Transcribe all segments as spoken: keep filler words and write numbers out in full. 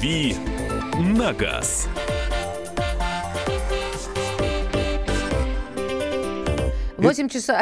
«Дави на газ». Восемь часов...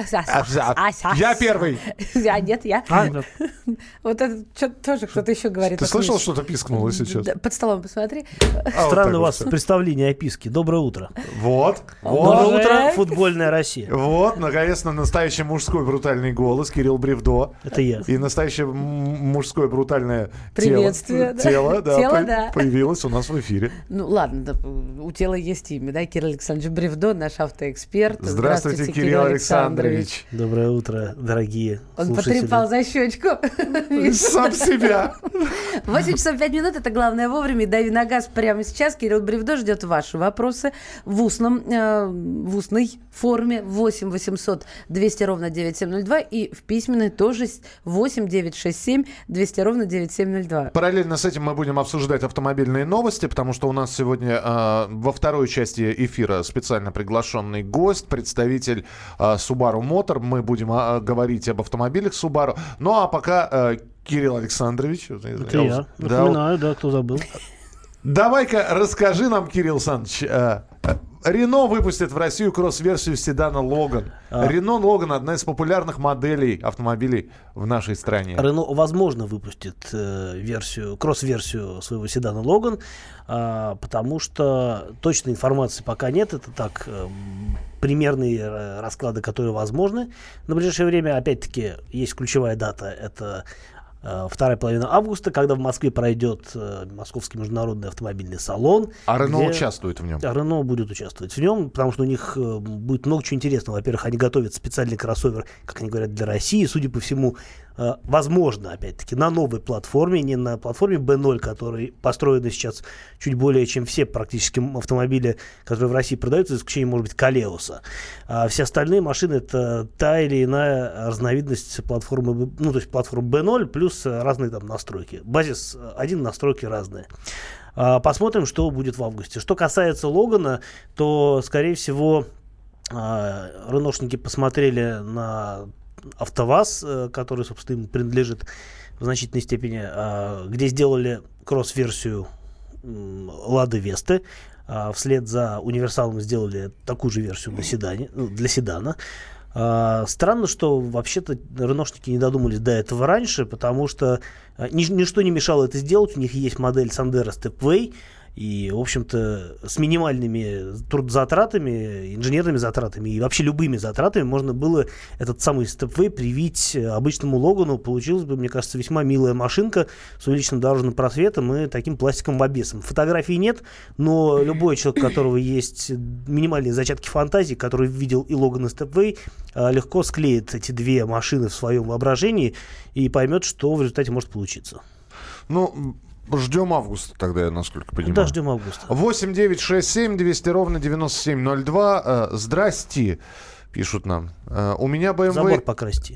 Я первый. А, нет, я. А, да. Вот это что-то тоже кто-то еще говорит. Ты Вот слышал, Миша. что-то пискнуло сейчас? Да, под столом посмотри. А, вот так Странно у вот вас всё. представление о писке. Доброе утро. Вот. Доброе Уже? утро, футбольная Россия. Вот, наконец-то настоящий мужской брутальный голос Кирилл Бревдо. Это я. И настоящее м- мужское брутальное Приветствие, тело, да. тело, да, Тело, по- да. появилось у нас в эфире. Ну ладно, да, у тела есть имя, да? Кирилл Александрович Бревдо, наш автоэксперт. Здравствуйте, Кирилл Александрович. Доброе утро, дорогие Он слушатели. потрепал за щечку. Сам себя. восемь часов пять минут, это главное вовремя. Дави на газ прямо сейчас. Кирилл Бревдо ждет ваши вопросы в устном, э, в устной форме. восемь восемьсот двести ровно девять семь ноль два и в письменной тоже восемь девятьсот шестьдесят семь двести ровно девять семь ноль два. Параллельно с этим мы будем обсуждать автомобильные новости, потому что у нас сегодня э, во второй части эфира специально приглашенный гость, представитель э, Subaru Motor. Мы будем э, говорить об автомобилях Subaru. Ну а пока э, Кирилл Александрович. Это я. Да, Напоминаю, да, кто забыл. давай-ка расскажи нам, Кирилл Александрович, э, э, Рено выпустит в Россию кросс-версию седана Логан. А. Рено Логан — одна из популярных моделей автомобилей в нашей стране. Рено, возможно, выпустит э, версию, кросс-версию своего седана Логан, э, потому что точной информации пока нет. Это так, э, примерные э, расклады, которые возможны. На ближайшее время, опять-таки, есть ключевая дата. Это э, вторая половина августа, когда в Москве пройдет э, Московский международный автомобильный салон. А Рено где- участвует в нем. Да, Рено будет участвовать в нем, потому что у них э, будет много чего интересного. Во-первых, они готовят специальный кроссовер, как они говорят, для России. Судя по всему, э, возможно, опять-таки, на новой платформе, не на платформе би ноль, которая построена сейчас чуть более, чем все практически автомобили, которые в России продаются, за исключением, может быть, Колеуса. А все остальные машины — это та или иная разновидность платформы, B- ну, то есть платформа би ноль плюс э, разные там настройки. Базис один, настройки разные. А, Посмотрим, что будет в августе. Что касается Логана, то, скорее всего, а, реношники посмотрели на АвтоВАЗ, э, который, собственно, им принадлежит в значительной степени, а, где сделали кросс-версию м, Лады Весты. А, Вслед за универсалом сделали такую же версию для седана. Для седана. А, Странно, что вообще-то реношники не додумались до этого раньше, потому что а, нич- ничто не мешало это сделать. У них есть модель Sandero Stepway, и, в общем-то, с минимальными трудозатратами, инженерными затратами и вообще любыми затратами можно было этот самый Stepway привить обычному Логану. Получилась бы, мне кажется, весьма милая машинка с увеличенным дорожным просветом и таким пластиковым обвесом. Фотографий нет, но любой человек, у которого есть минимальные зачатки фантазии, который видел и Логан, и Stepway, легко склеит эти две машины в своем воображении и поймет, что в результате может получиться. Ну, ждем августа тогда, я насколько понимаю. Да, ждем августа. восемь девятьсот шестьдесят семь двести ровно девяносто семь ноль два. Э, Здрасте, пишут нам. Э, У меня бэ эм вэ... Забор покрасьте.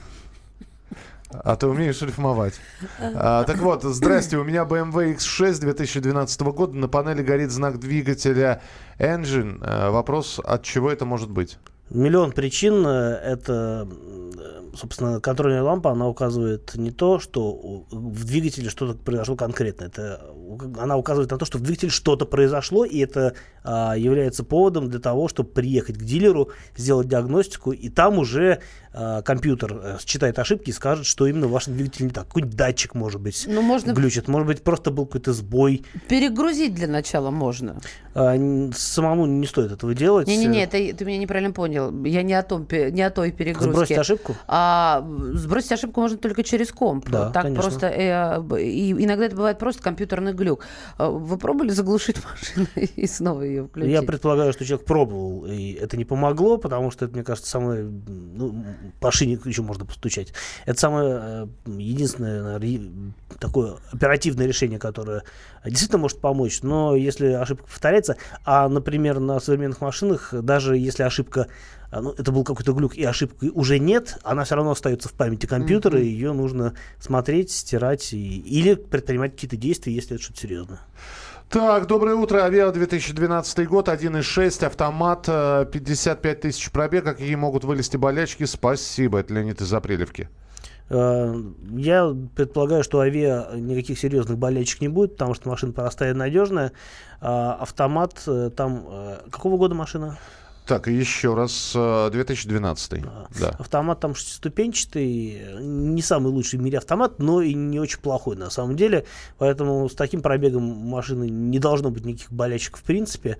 А ты умеешь рифмовать. А, так вот, здрасте, у меня бэ эм вэ икс шесть две тысячи двенадцатого года. На панели горит знак двигателя Engine. А, вопрос, от чего это может быть? Миллион причин. Это, собственно, контрольная лампа, она указывает не то, что в двигателе что-то произошло конкретно. Это, она указывает на то, что в двигателе что-то произошло, и это а, является поводом для того, чтобы приехать к дилеру, сделать диагностику, и там уже а, компьютер а, считает ошибки и скажет, что именно в вашем двигателе не так. Какой-нибудь датчик, может быть, Ну, можно глючит. Может быть, просто был какой-то сбой. перегрузить для начала можно. А, н- самому не стоит этого делать. Не-не-не, это ты меня неправильно понял. Я не о, том, пе- не о той перегрузке. Сбросить ошибку? А сбросить ошибку можно только через комп. Да, так конечно. просто. Э, б- и иногда это бывает просто компьютерный глюк. А Вы пробовали заглушить машину и снова ее включить? Я предполагаю, что человек пробовал, и это не помогло, потому что это, мне кажется, самое... Ну, по шине еще можно постучать. Это самое э, единственное, наверное, е- такое оперативное решение, которое действительно может помочь. Но если ошибка повторяется, а, например, на современных машинах, даже если ошибка, а, ну, это был какой-то глюк, и ошибки уже нет, она все равно остается в памяти компьютера, Mm-hmm. и ее нужно смотреть, стирать, и, или предпринимать какие-то действия, если это что-то серьезное. Так, доброе утро. Авиа две тысячи двенадцатый год, один и шесть, автомат, э, пятьдесят пять тысяч пробега. Какие могут вылезти болячки? Спасибо. Это Леонид из Апрелевки. Я предполагаю, что Авеа никаких серьезных болячек не будет, потому что машина простая и надежная. Автомат там... Какого года машина? Так, еще раз, две тысячи двенадцатый. А, да. Автомат там шестиступенчатый, не самый лучший в мире автомат, но и не очень плохой на самом деле. Поэтому с таким пробегом машины не должно быть никаких болячек в принципе.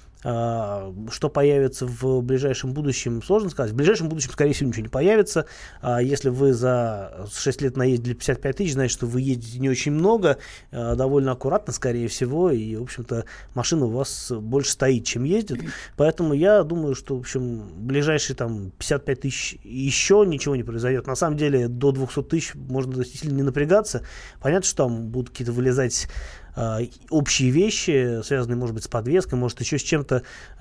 Что появится в ближайшем будущем, сложно сказать. В ближайшем будущем, скорее всего, ничего не появится. Если вы за шесть лет наездили пятьдесят пять тысяч, значит, что вы едете не очень много, довольно аккуратно, скорее всего, и, в общем-то, машина у вас больше стоит, чем ездит. Поэтому я думаю, что, в общем, ближайшие там пятьдесят пять тысяч еще ничего не произойдет. На самом деле, до двухсот тысяч можно сильно не напрягаться. Понятно, что там будут какие-то вылезать общие вещи, связанные, может быть, с подвеской, может, еще с чем-то.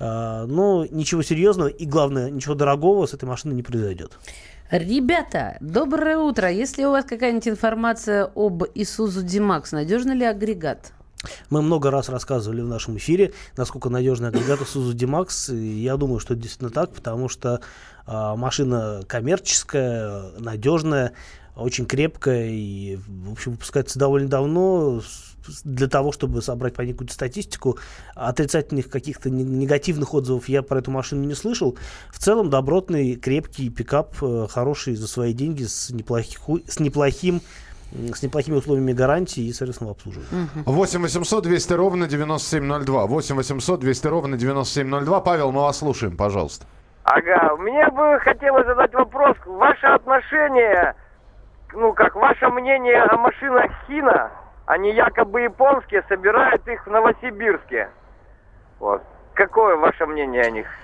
Но ничего серьезного и, главное, ничего дорогого с этой машиной не произойдет. Ребята, доброе утро. Если у вас какая-нибудь информация об Isuzu D-Max, надежный ли агрегат? Мы много раз рассказывали в нашем эфире, насколько надежный агрегат Isuzu D-Max. И я думаю, что это действительно так, потому что а, машина коммерческая, надежная, очень крепкая и, в общем, выпускается довольно давно. Для того, чтобы собрать по ней какую-то статистику, отрицательных каких-то негативных отзывов я про эту машину не слышал. В целом добротный, крепкий пикап, хороший за свои деньги, с, неплохих, с неплохим с неплохими условиями гарантии и сервисного обслуживания. восемь восемьсот двести ровно девяносто семь ноль два. восемь восемьсот двести ровно девяносто семь ноль два. Павел, мы вас слушаем, пожалуйста. Ага, мне бы хотелось задать вопрос. Ваше отношение, ну как, ваше мнение о машинах Хина? Они якобы японские, собирают их в Новосибирске. Вот. Какое ваше мнение о них?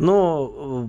Ну,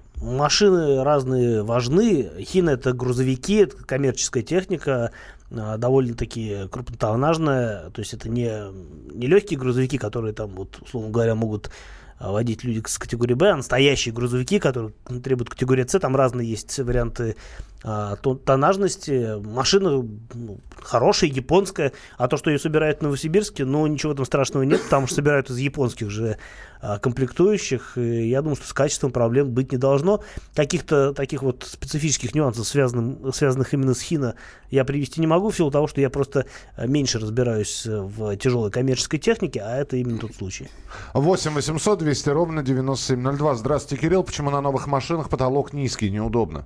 машины разные важны. Хина — это грузовики, это коммерческая техника, довольно-таки крупнотоннажная. То есть это не, не легкие грузовики, которые там, вот, условно говоря, могут водить люди с категории Б, а настоящие грузовики, которые требуют категории С. Там разные есть варианты а, тоннажности. Машина ну, хорошая, японская. А то, что ее собирают в Новосибирске, ну, ничего там страшного нет, потому что собирают из японских же а, комплектующих. И я думаю, что с качеством проблем быть не должно. Каких-то таких вот специфических нюансов, связанных, связанных именно с Хино, я привести не могу, в силу того, что я просто меньше разбираюсь в тяжелой коммерческой технике, а это именно тот случай. восемь восемьсот двести ровно девяносто семь ноль два. Здравствуйте, Кирилл. Почему на новых машинах потолок низкий, неудобно?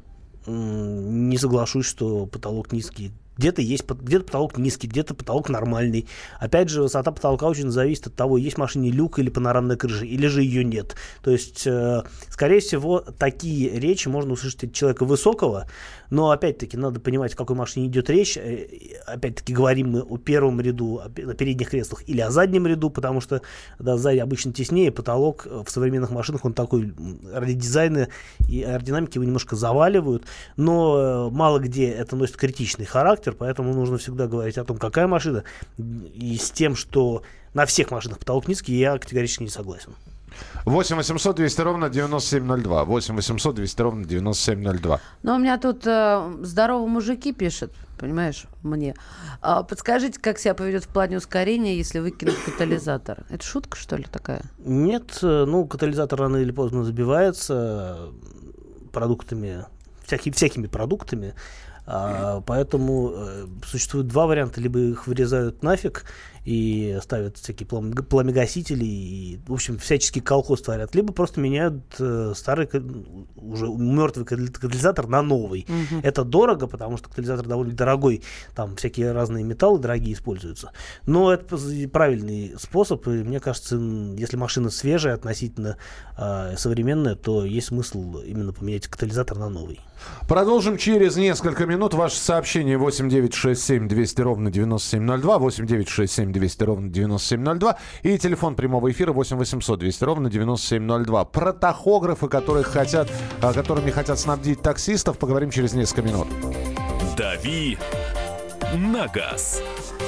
Не соглашусь, что потолок низкий. Где-то есть, где-то потолок низкий, где-то потолок нормальный. Опять же, высота потолка очень зависит от того, есть в машине люк или панорамная крыша, или же ее нет. То есть, э, скорее всего, такие речи можно услышать от человека высокого, но, опять-таки, надо понимать, о какой машине идет речь. Опять-таки, говорим мы о первом ряду, о передних креслах или о заднем ряду, потому что да, сзади обычно теснее, потолок в современных машинах, он такой, ради дизайна и аэродинамики его немножко заваливают, но мало где это носит критичный характер. Поэтому нужно всегда говорить о том, какая машина. И с тем, что на всех машинах потолок низкий, я категорически не согласен. восемь восемьсот двести ровно девяносто семь ноль два. восемь восемьсот двести ровно девяносто семь ноль два. Ну, у меня тут э, здоровые мужики пишут, понимаешь, мне. А, подскажите, как себя поведет в плане ускорения, если выкинуть катализатор? Это шутка, что ли, такая? Нет, ну, катализатор рано или поздно забивается продуктами, всякими, всякими продуктами. А, поэтому э, существует два варианта. Либо их вырезают нафиг и ставят всякие плам- пламегасители и, в общем, всяческий колхоз творят. Либо просто меняют э, старый, уже мертвый катализатор на новый. Угу. Это дорого, потому что катализатор довольно дорогой. Там всякие разные металлы дорогие используются. Но это правильный способ. И мне кажется, если машина свежая, относительно э, современная, то есть смысл именно поменять катализатор на новый. Продолжим через несколько минут. Ваше сообщение восемь девять шесть семь двести ровно девяносто семь ноль два, восемь девять шесть семь двести ровно девяносто семь ноль два и телефон прямого эфира восемь восемьсот двести ровно девяносто семь ноль два. Про тахографы, которые хотят, которыми хотят снабдить таксистов, поговорим через несколько минут. Дави на газ.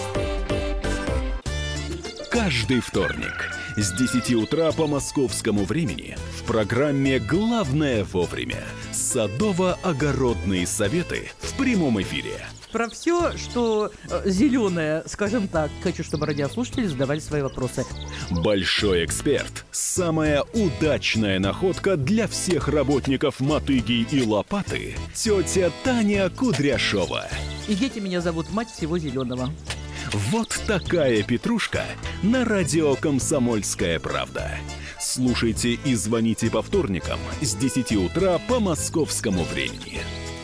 Каждый вторник с десяти утра по московскому времени в программе «Главное вовремя» садово-огородные советы в прямом эфире. про все, что э, зеленое, скажем так. Хочу, чтобы радиослушатели задавали свои вопросы. Большой эксперт. Самая удачная находка для всех работников «Мотыги» и «Лопаты» — тетя Таня Кудряшова. И дети меня зовут мать всего зеленого. Вот такая петрушка на радио «Комсомольская правда». Слушайте и звоните по вторникам с десяти утра по московскому времени.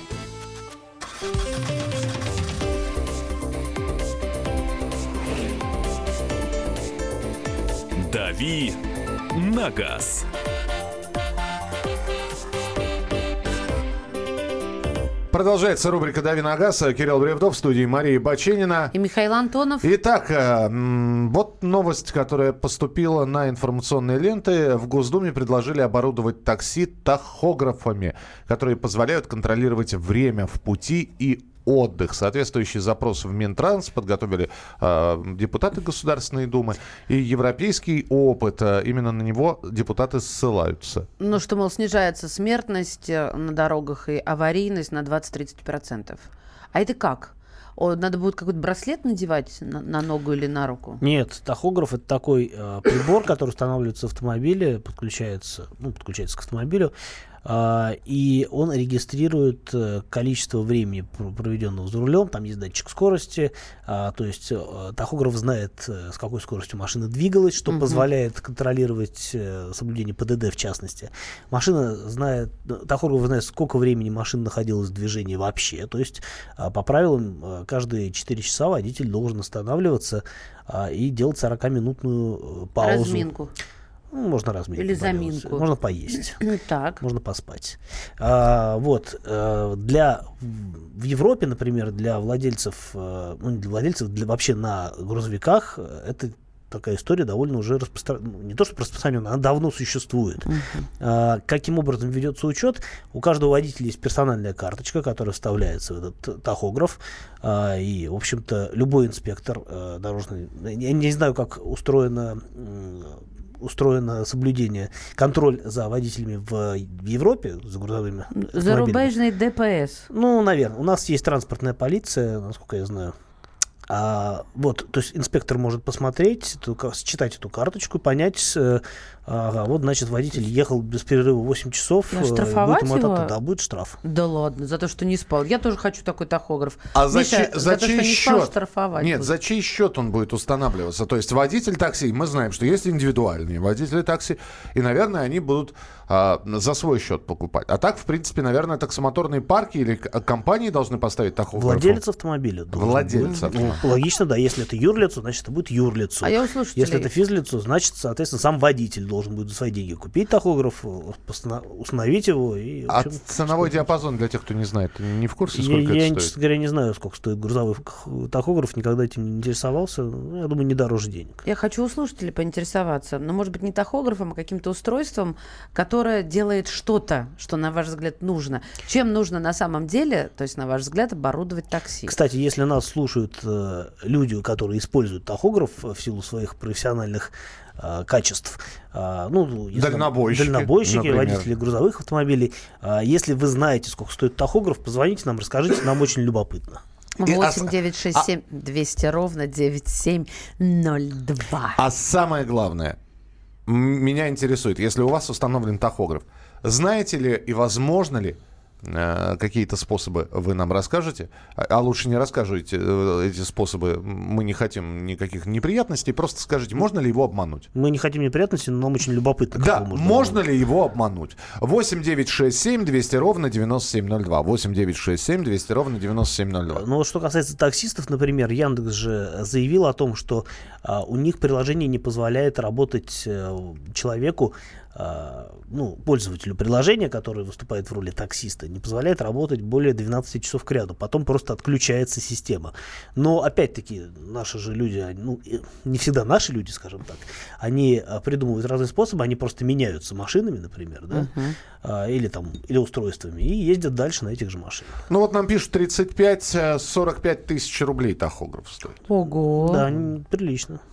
«Дави на газ». Продолжается рубрика «Дави на газ». Кирилл Бревдов в студии, Мария Баченина. И Михаил Антонов. Итак, вот новость, которая поступила на информационные ленты. В Госдуме предложили оборудовать такси тахографами, которые позволяют контролировать время в пути и отдых. Соответствующий запрос в Минтранс подготовили э, депутаты Государственной Думы. И европейский опыт, э, именно на него депутаты ссылаются. Ну, что, мол, снижается смертность на дорогах и аварийность на двадцать-тридцать процентов. А это как? О, надо будет какой-то браслет надевать на, на ногу или на руку? Нет, тахограф — это такой э, прибор, который устанавливается в автомобиле, подключается, ну, подключается к автомобилю, э, и он регистрирует э, количество времени, проведенного за рулем. Там есть датчик скорости, э, то есть э, тахограф знает, э, с какой скоростью машина двигалась, что угу. позволяет контролировать э, соблюдение ПДД в частности. Машина знает, тахограф знает, сколько времени машина находилась в движении вообще, то есть э, по правилам э, каждые четыре часа водитель должен останавливаться а, и делать сорокаминутную паузу. Разминку. Ну, можно разминку. Или заминку. Можно поесть. Так. Можно поспать. А, вот. А, для, в Европе, например, для владельцев, ну, не для владельцев, для, вообще на грузовиках это такая история довольно уже распространена. Не то, что распространена, она давно существует. Uh-huh. А, каким образом ведется учет? У каждого водителя есть персональная карточка, которая вставляется в этот тахограф. А, и, в общем-то, любой инспектор а, дорожный... Я не знаю, как устроено... устроено соблюдение, контроль за водителями в Европе, за грузовыми автомобилями. Зарубежный ДПС. Ну, наверное. У нас есть транспортная полиция, насколько я знаю. А, вот, то есть инспектор может посмотреть, эту, считать эту карточку, понять, э, ага, вот, значит, водитель ехал без перерыва восемь часов. А штрафовать будет ему его? От, да, будет штраф. Да ладно, за то, что не спал. Я тоже хочу такой тахограф. А за, Миша, чей, за, за то, чей что не спал, счет? штрафовать Нет, будут. за чей счет он будет устанавливаться? То есть водитель такси, мы знаем, что есть индивидуальные водители такси, и, наверное, они будут а, за свой счет покупать. А так, в принципе, наверное, таксомоторные парки или компании должны поставить тахограф. Владелец автомобиля. Владелец автомобиля. Ну, логично, да. Если это юрлицо, значит, это будет юрлицо. А я у слушателей... Если это физлицо, значит, соответственно, сам водитель должен будет за свои деньги купить тахограф, установить его. И, а общем, ценовой диапазон, для тех, кто не знает, не в курсе, сколько я, это я, стоит? честно говоря, не знаю, сколько стоит грузовой тахограф, никогда этим не интересовался. Я думаю, не дороже денег. Я хочу у слушателей поинтересоваться, но, может быть, не тахографом, а каким-то устройством, которое делает что-то, что, на ваш взгляд, нужно. Чем нужно на самом деле, то есть, на ваш взгляд, оборудовать такси? Кстати, если нас слушают э, люди, которые используют тахограф в силу своих профессиональных э, качеств, э, ну, если, дальнобойщики, дальнобойщики например. водители грузовых автомобилей, э, если вы знаете, сколько стоит тахограф, позвоните нам, расскажите, нам очень любопытно. восемь девятьсот шестьдесят семь двести ровно девяносто семь ноль два. А самое главное, м- меня интересует, если у вас установлен тахограф, знаете ли и возможно ли, э, какие-то способы вы нам расскажете, а, а лучше не расскажите э, эти способы, мы не хотим никаких неприятностей, просто скажите, можно ли его обмануть? Мы не хотим неприятностей, но нам очень любопытно. Как Да, его можно, можно обмануть. ли его обмануть? восемь девятьсот шестьдесят семь двести ровно девяносто семь ноль два. восемь девятьсот шестьдесят семь двести ровно девяносто семь ноль два. Но что касается таксистов, например, Яндекс же заявил о том, что а, у них приложение не позволяет работать а, человеку, а, ну, пользователю приложения, который выступает в роли таксиста, не позволяет работать более двенадцати часов к ряду. Потом просто отключается система. Но, опять-таки, наши же люди, они, ну, не всегда наши люди, скажем так, они а, придумывают разные способы, они просто меняются машинами, например, да, Uh-huh. а, или там, или устройствами, и ездят дальше на этих же машинах. Ну вот нам пишут, тридцать пять сорок пять тысяч рублей тахограф стоит. Ого. Да, н- прилично.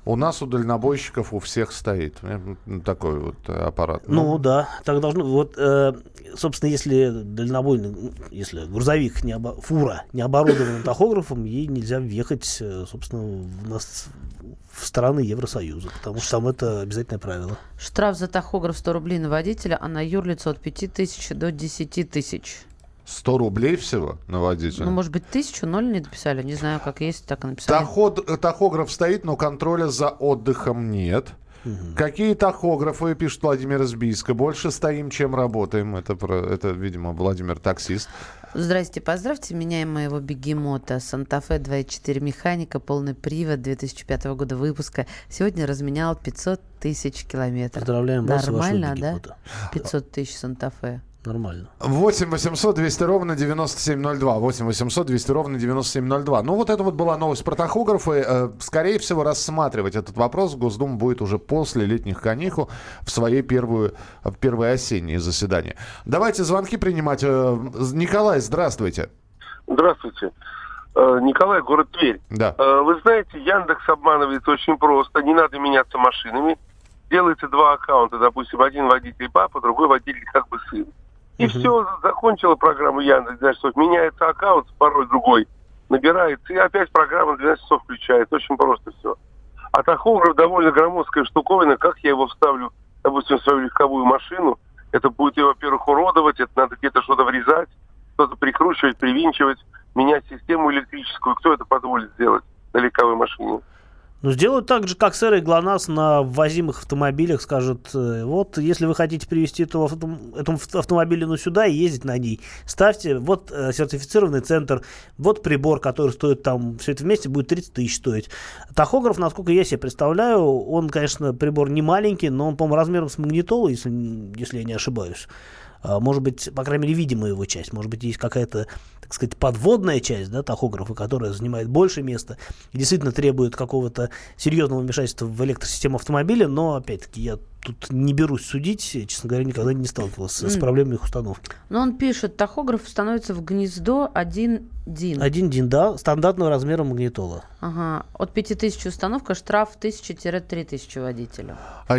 У нас у дальнобойщиков у всех стоит такой вот аппарат. Ну, ну да, так должно. Вот, э, собственно, если дальнобойный, если грузовик, не обо, фура не оборудована тахографом, ей нельзя въехать, собственно, в, нас, в страны Евросоюза, потому что там это обязательное правило. Штраф за тахограф сто рублей на водителя, а на юрлицо от пяти тысяч до десяти тысяч. сто рублей всего на водителя? Ну, может быть, тысячу, ноль не дописали. Не знаю, как есть, так и написали. Таход, тахограф стоит, но контроля за отдыхом нет. Угу. Какие тахографы, пишет Владимир из Бийска. Больше стоим, чем работаем. Это, это видимо, Владимир таксист. Здрасте, поздравьте меня и моего бегемота. Санта-Фе два и четыре механика, полный привод, две тысячи пятого года выпуска. Сегодня разменял пятьсот тысяч километров. Поздравляем вас и вашего Нормально, бегемота. Да? пятьсот тысяч Санта-Фе. Нормально. восемь восемьсот двести ровно девяносто семь ноль два. восемь восемьсот двести ровно девяносто семь ноль два. Ну, вот это вот была новость про тахографы. Скорее всего, рассматривать этот вопрос Госдума будет уже после летних каникул в своей первую, в первое осеннее заседание. Давайте звонки принимать. Николай, здравствуйте. Здравствуйте. Николай, город Тверь. Да. Вы знаете, Яндекс обманывает очень просто. Не надо меняться машинами. Делается два аккаунта. Допустим, один водитель папа, другой водитель как бы сын. И uh-huh. все, закончила программу Яндекс. Значит, меняется аккаунт, пароль другой набирается, и опять программа двенадцать часов включает. Очень просто все. А тахограф довольно громоздкая штуковина. Как я его вставлю, допустим, в свою легковую машину? Это будет ее, во-первых, уродовать, это надо где-то что-то врезать, что-то прикручивать, привинчивать, менять систему электрическую. Кто это позволит сделать на легковой машине? Ну, сделают так же, как сэр и ГЛОНАСС на ввозимых автомобилях. Скажут, вот, если вы хотите привезти эту, эту автомобилину сюда и ездить на ней, ставьте, вот э, сертифицированный центр, вот прибор, который стоит там, все это вместе будет тридцать тысяч стоить. Тахограф, насколько я себе представляю, он, конечно, прибор не маленький, но он, по-моему, размером с магнитолу, если, если я не ошибаюсь. Может быть, по крайней мере, видимая его часть. Может быть, есть какая-то, так сказать, подводная часть, да, тахографа, которая занимает больше места и действительно требует какого-то серьезного вмешательства в электросистему автомобиля. Но, опять-таки, я тут не берусь судить. Честно говоря, никогда не сталкивался mm. с проблемой их установки. Но он пишет, тахограф становится в гнездо один дин. Один дин, да, стандартного размера магнитола. Ага. От пяти тысяч установка, штраф тысяча-три тысячи водителю.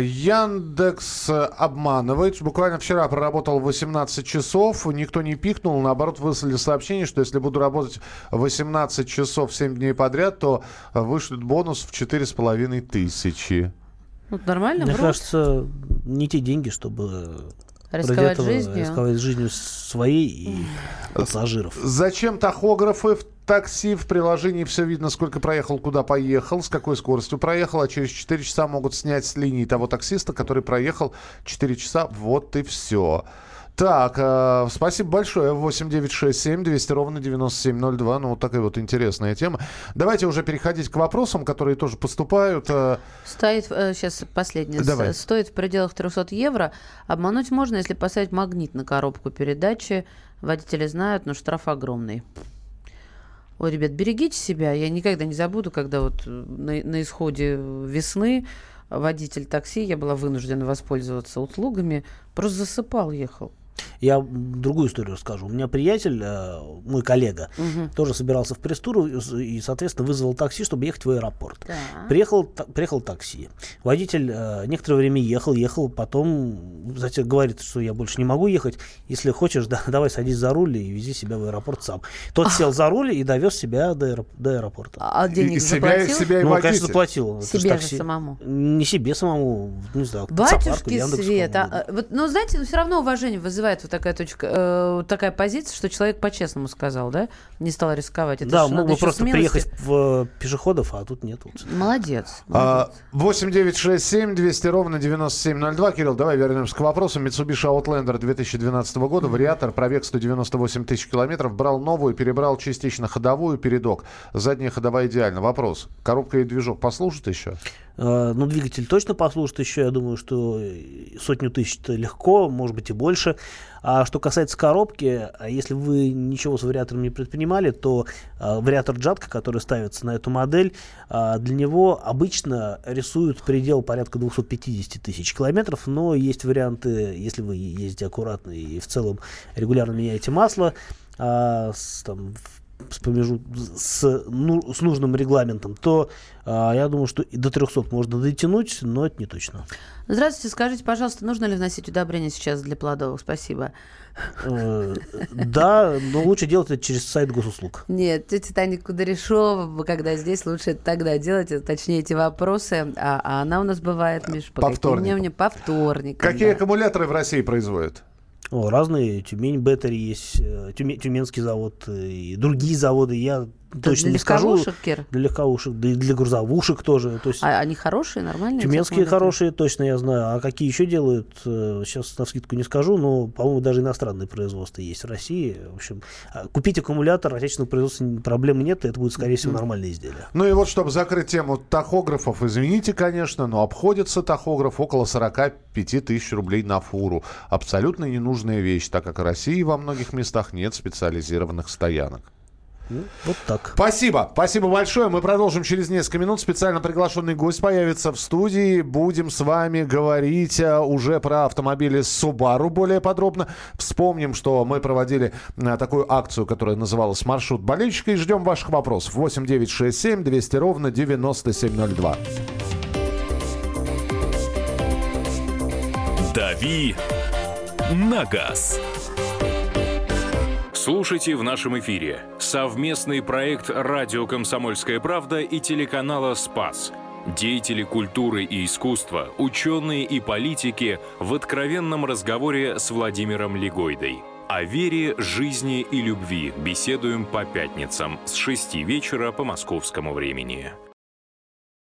Яндекс обманывает. Буквально вчера проработал восемнадцать часов, никто не пикнул, наоборот, выслали сообщение, что если буду работать восемнадцать часов семь дней подряд, то вышлют бонус в четыре с половиной тысячи. Ну, нормально, Мне врут. кажется, не те деньги, чтобы рисковать этого, жизнью. рисковать жизнью своей и пассажиров. Зачем тахографы в такси? В приложении все видно, сколько проехал, куда поехал, с какой скоростью проехал, а через четыре часа могут снять с линии того таксиста, который проехал четыре часа. Вот и все. Так, э, спасибо большое. восемь девятьсот шестьдесят семь двести ровно девяносто семь ноль два. Ну, вот такая вот интересная тема. Давайте уже переходить к вопросам, которые тоже поступают. Стоит, э, сейчас последнее. Давай. Стоит в пределах трехсот евро. Обмануть можно, если поставить магнит на коробку передачи. Водители знают, но штраф огромный. Ой, ребят, берегите себя. Я никогда не забуду, когда вот на, на исходе весны водитель такси, я была вынуждена воспользоваться услугами, просто засыпал, ехал. Я другую историю расскажу. У меня приятель, мой коллега, угу. тоже собирался в пресс-тур и, соответственно, вызвал такси, чтобы ехать в аэропорт. Да. Приехал, приехал такси. Водитель некоторое время ехал, ехал, потом затем говорит, что я больше не могу ехать. Если хочешь, да, давай садись за руль и вези себя в аэропорт сам. Тот сел за руль и довез себя до, аэроп- до аэропорта. А денег и заплатил? Себя, себя и ну, водитель. конечно, заплатил. Себе же самому? Не себе самому, не знаю. Батюшки свет. А, вот, но, знаете, но все равно уважение вызывает вот такая точка, э, такая позиция, что человек по-честному сказал, да? Не стал рисковать. Это да, мог бы просто смелости. Приехать в пешеходов, а тут нет. Молодец. молодец. восемь девятьсот шестьдесят семь двести ровно девяносто семь ноль два. Кирилл, давай вернемся к вопросу. Mitsubishi Outlander две тысячи двенадцатого года, вариатор, пробег сто девяносто восемь тысяч километров, брал новую, перебрал частично ходовую, передок. Задняя ходовая идеально. Вопрос. Коробка и движок послужат еще? Ну, двигатель точно послужит еще, я думаю, что сотню тысяч-то легко, может быть и больше. А что касается коробки, если вы ничего с вариатором не предпринимали, то а, вариатор Джатка, который ставится на эту модель, а, для него обычно рисуют предел порядка двести пятьдесят тысяч километров, но есть варианты, если вы ездите аккуратно и в целом регулярно меняете масло, а, с, там, с, промежут... с, ну, с нужным регламентом, то а, я думаю, что и до трехсот можно дотянуть, но это не точно. Здравствуйте, скажите, пожалуйста, нужно ли вносить удобрения сейчас для плодовых? Спасибо. Да, но лучше делать это через сайт госуслуг. Нет, тетя Таня Кудряшова, когда здесь, лучше это тогда делать, точнее эти вопросы, а, а она у нас бывает, Миш, по, по каким вторникам. дням? По вторникам. Какие да. аккумуляторы в России производят? О, разные. Тюмень Бэттери есть, Тюме, Тюменский завод и другие заводы. Я Да точно для не скажу. легковушек, Кир? Для легковушек, да и для грузовушек тоже. То есть, А они хорошие, нормальные? тюменские хорошие, точно я знаю. А какие еще делают, сейчас навскидку не скажу, но, по-моему, даже иностранные производства есть в России. В общем, купить аккумулятор отечественного производства проблемы нет, и это будет, скорее всего, нормальное изделие. Ну и вот, чтобы закрыть тему тахографов, извините, конечно, но обходится тахограф около сорок пять тысяч рублей на фуру. Абсолютно ненужная вещь, так как в России во многих местах нет специализированных стоянок. Ну, вот так. Спасибо. Спасибо большое. Мы продолжим через несколько минут. Специально приглашенный гость появится в студии. Будем с вами говорить а, уже про автомобили Subaru более подробно. Вспомним, что мы проводили а, такую акцию, которая называлась «Маршрут болельщика». И ждем ваших вопросов. восемь девятьсот шестьдесят семь двести ровно девяносто семь ноль два. «Дави на газ». Слушайте в нашем эфире совместный проект «Радио Комсомольская правда» и телеканала «Спас». Деятели культуры и искусства, ученые и политики в откровенном разговоре с Владимиром Легойдой. О вере, жизни и любви беседуем по пятницам с шести вечера по московскому времени.